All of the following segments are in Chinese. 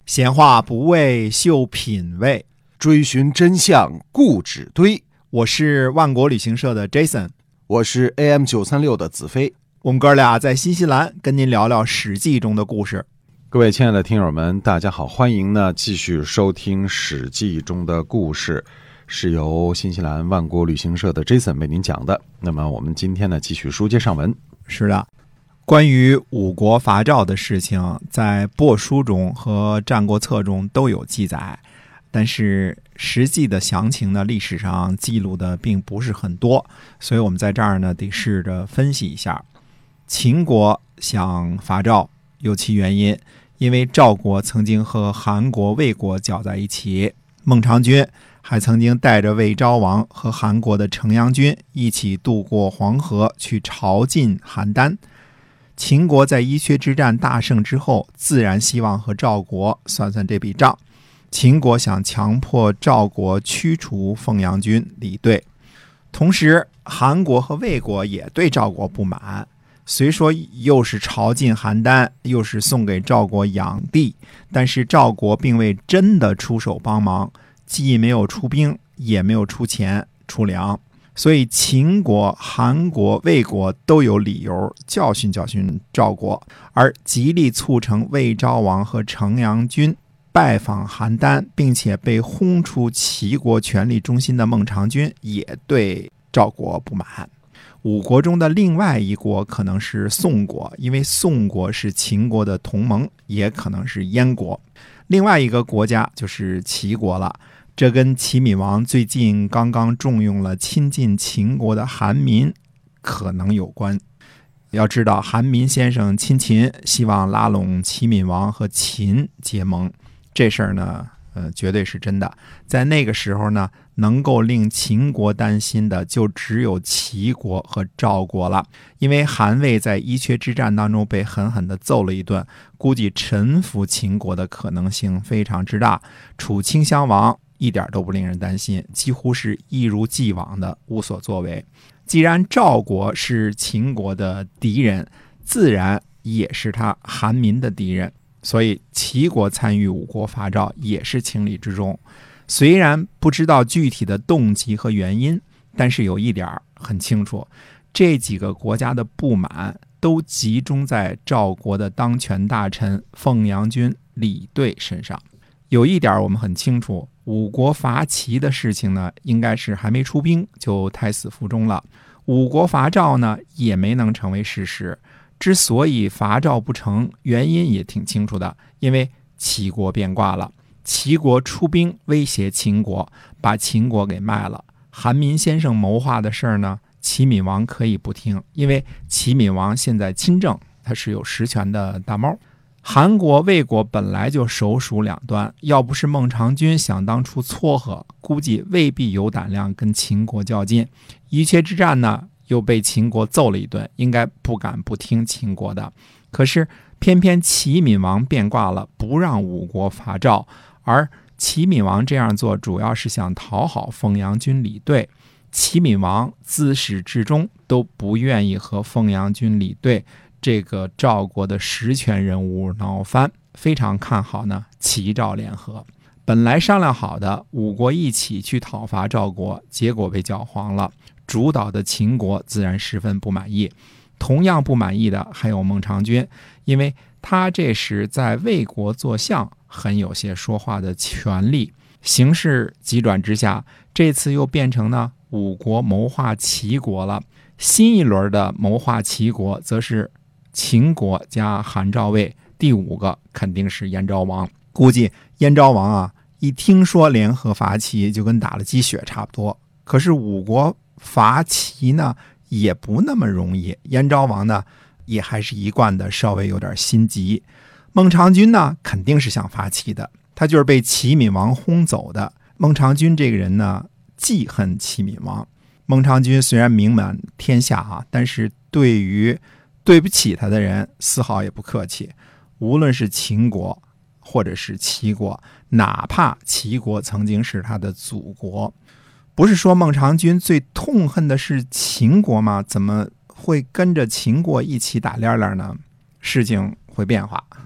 闲话不为秀品味， 追寻真相固执堆。 我是万国旅行社的 Jason， 我是 AM936 的子飞。 我们哥俩在新西兰跟您聊聊史记中的故事。 各位亲爱的听友们，大家好，欢迎呢继续收听史记中的故事，是由新西兰万国旅行社的 Jason 为您讲的。那么我们今天呢继续书接上文。 是的，关于五国伐赵的事情，在帛书中和战国策中都有记载，但是实际的详情呢，历史上记录的并不是很多，所以我们在这儿呢得试着分析一下。秦国想伐赵有其原因，因为赵国曾经和韩国、魏国搅在一起，孟尝君还曾经带着魏昭王和韩国的城阳君一起渡过黄河去朝觐邯郸。秦国在伊阙之战大胜之后，自然希望和赵国算算这笔账。秦国想强迫赵国驱除凤阳君离队，同时韩国和魏国也对赵国不满，虽说又是朝觐邯郸，又是送给赵国养地，但是赵国并未真的出手帮忙，既没有出兵，也没有出钱出粮，所以秦国、韩国、魏国都有理由教训教训赵国，而极力促成魏昭王和城阳君拜访邯郸，并且被轰出齐国权力中心的孟尝君也对赵国不满。五国中的另外一国可能是宋国，因为宋国是秦国的同盟，也可能是燕国。另外一个国家就是齐国了，这跟齐闵王最近刚刚重用了亲近秦国的韩民可能有关。要知道韩民先生亲秦，希望拉拢齐闵王和秦结盟，这事儿呢绝对是真的。在那个时候呢，能够令秦国担心的就只有齐国和赵国了，因为韩魏在伊阙之战当中被狠狠地揍了一顿，估计臣服秦国的可能性非常之大。楚顷襄王一点都不令人担心，几乎是一如既往的无所作为。既然赵国是秦国的敌人，自然也是他韩民的敌人，所以齐国参与五国伐赵也是情理之中。虽然不知道具体的动机和原因，但是有一点很清楚，这几个国家的不满都集中在赵国的当权大臣凤阳君李队身上。有一点我们很清楚，五国伐齐的事情呢，应该是还没出兵就胎死腹中了。五国伐赵呢，也没能成为事实。之所以伐赵不成，原因也挺清楚的，因为齐国变卦了。齐国出兵威胁秦国，把秦国给卖了。韩民先生谋划的事儿呢，齐闵王可以不听，因为齐闵王现在亲政，他是有实权的大猫。韩国、魏国本来就首鼠两端，要不是孟尝君想当初撮合，估计未必有胆量跟秦国较劲。伊阙之战呢，又被秦国揍了一顿，应该不敢不听秦国的。可是偏偏齐闵王变卦了，不让五国伐赵，而齐闵王这样做主要是想讨好凤阳君李队。齐闵王自始至终都不愿意和凤阳君李队这个赵国的实权人物闹翻，非常看好呢齐赵联合。本来商量好的五国一起去讨伐赵国，结果被搅黄了。主导的秦国自然十分不满意，同样不满意的还有孟尝君，因为他这时在魏国做相，很有些说话的权利。形势急转直下，这次又变成呢五国谋划齐国了。新一轮的谋划齐国则是秦国加韩赵魏，第五个肯定是燕昭王。估计燕昭王啊，一听说联合伐齐，就跟打了鸡血差不多。可是五国伐齐呢，也不那么容易。燕昭王呢，也还是一贯的稍微有点心急。孟尝君呢，肯定是想伐齐的，他就是被齐闵王轰走的。孟尝君这个人呢，记恨齐闵王。孟尝君虽然名满天下啊，但是对于对不起他的人丝毫也不客气。无论是秦国或者是齐国，哪怕齐国曾经是他的祖国，不是说孟尝君最痛恨的是秦国吗？怎么会跟着秦国一起打链链呢？事情会变化。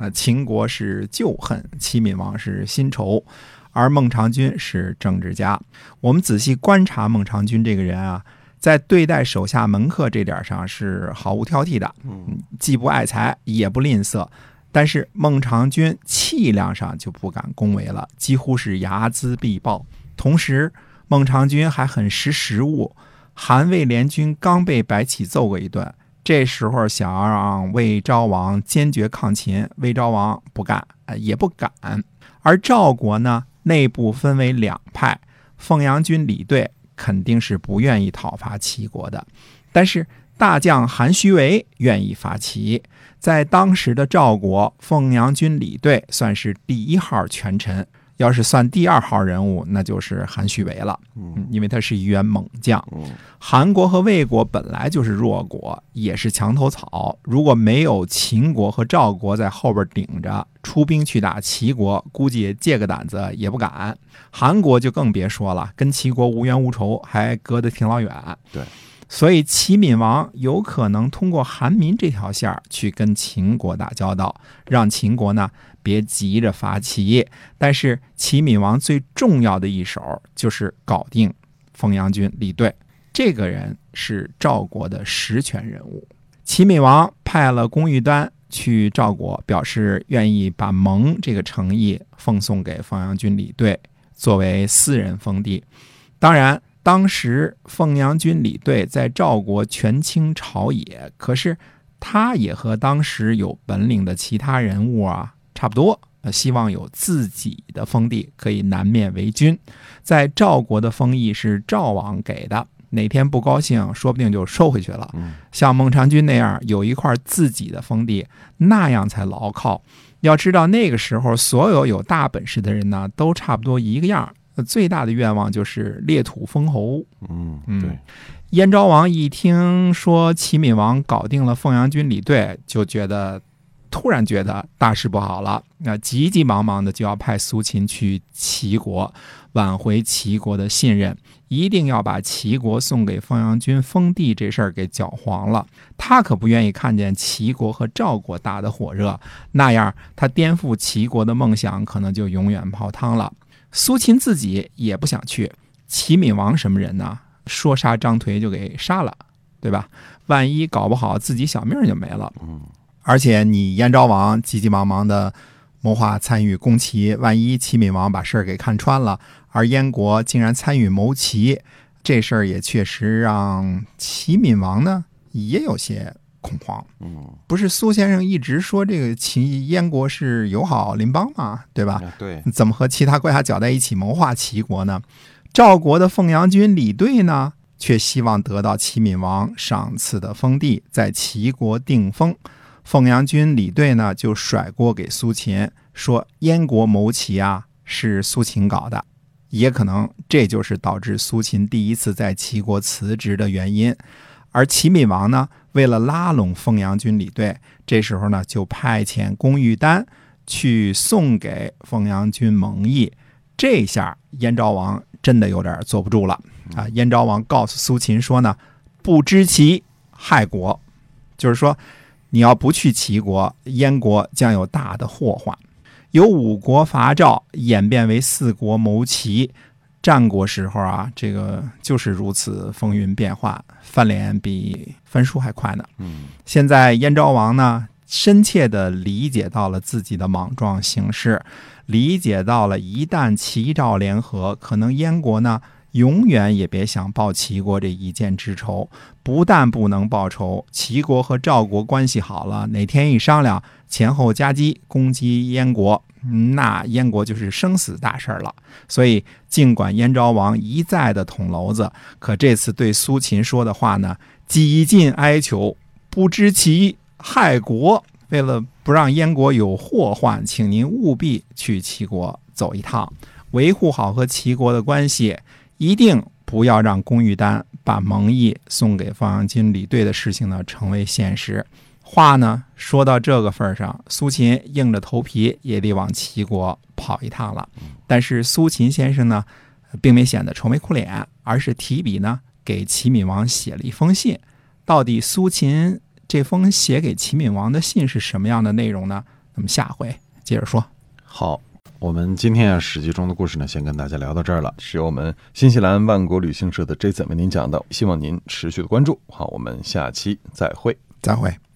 秦国是旧恨，齐闵王是新仇，而孟尝君是政治家。我们仔细观察孟尝君这个人啊，在对待手下门客这点上是毫无挑剔的，既不爱财也不吝啬。但是孟尝君气量上就不敢恭维了，几乎是睚眦必报。同时孟尝君还很识时务，韩魏联军刚被白起揍过一顿，这时候想要让魏昭王坚决抗秦，魏昭王不干，也不敢。而赵国呢，内部分为两派，凤阳军李队肯定是不愿意讨伐齐国的，但是大将韩须为愿意发齐。在当时的赵国，凤阳军李队算是第一号权臣，要是算第二号人物，那就是韩须为了，因为他是一员猛将。韩国和魏国本来就是弱国，也是墙头草，如果没有秦国和赵国在后边顶着，出兵去打齐国，估计借个胆子也不敢。韩国就更别说了，跟齐国无冤无仇，还隔得挺老远。 对， 所以齐闵王有可能通过韩民这条线去跟秦国打交道，让秦国呢别急着发齐。但是齐闵王最重要的一手就是搞定凤阳军李队，这个人是赵国的实权人物。齐闵王派了公寓丹去赵国，表示愿意把蒙这个城邑奉送给凤阳军李队，作为私人封地。当然当时凤阳军李队在赵国权倾朝野，可是他也和当时有本领的其他人物啊差不多，希望有自己的封地，可以南面为君。在赵国的封邑是赵王给的，哪天不高兴说不定就收回去了。像孟尝君那样有一块自己的封地，那样才牢靠。要知道那个时候所有有大本事的人呢都差不多一个样，最大的愿望就是裂土封侯。 对。 燕昭王一听说齐闵王搞定了凤阳军李队，就突然觉得大事不好了，急急忙忙的就要派苏秦去齐国挽回齐国的信任，一定要把齐国送给凤阳军封地这事儿给搅黄了。他可不愿意看见齐国和赵国打得火热，那样他颠覆齐国的梦想可能就永远泡汤了。苏秦自己也不想去，齐闵王什么人呢？说杀张颓就给杀了，对吧？万一搞不好自己小命就没了。而且你燕昭王急急忙忙的谋划参与攻齐，万一齐闵王把事儿给看穿了，而燕国竟然参与谋齐，这事儿也确实让齐闵王呢也有些恐慌。不是苏先生一直说这个齐燕国是友好邻邦嘛，对吧？ 对， 怎么和其他国家搅在一起谋划齐国呢？赵国的凤阳军李队呢，却希望得到齐闵王赏赐的封地，在齐国定封。凤阳军李队呢，就甩锅给苏秦，说燕国谋齐啊是苏秦搞的，也可能这就是导致苏秦第一次在齐国辞职的原因。而齐闵王呢，为了拉拢凤阳军李队，这时候呢就派遣公寓丹去送给凤阳军蒙毅。这下燕昭王真的有点坐不住了啊！燕昭王告诉苏秦说呢，不知齐害国，就是说你要不去齐国，燕国将有大的祸患。由5国伐赵演变为4国谋齐，战国时候啊，这个就是如此风云变幻，翻脸比翻书还快呢。现在燕昭王呢，深切地理解到了自己的莽撞行事，理解到了一旦齐赵联合，可能燕国呢永远也别想报齐国这一箭之仇。不但不能报仇，齐国和赵国关系好了，哪天一商量，前后夹击攻击燕国，那燕国就是生死大事了。所以尽管燕昭王一再的捅娄子，可这次对苏秦说的话呢，几近哀求，不知齐害国，为了不让燕国有祸患，请您务必去齐国走一趟，维护好和齐国的关系，一定不要让公寓丹把蒙毅送给凤阳军李队的事情呢成为现实。话呢说到这个份上，苏秦硬着头皮也得往齐国跑一趟了。但是苏秦先生呢，并没显得愁眉苦脸，而是提笔呢给齐闵王写了一封信。到底苏秦这封写给齐闵王的信是什么样的内容呢？ 那么下回接着说。 好，我们今天史记中的故事呢，先跟大家聊到这儿了，是由我们新西兰万国旅行社的 Jason 为您讲的，希望您持续的关注。好，我们下期再会。 再会。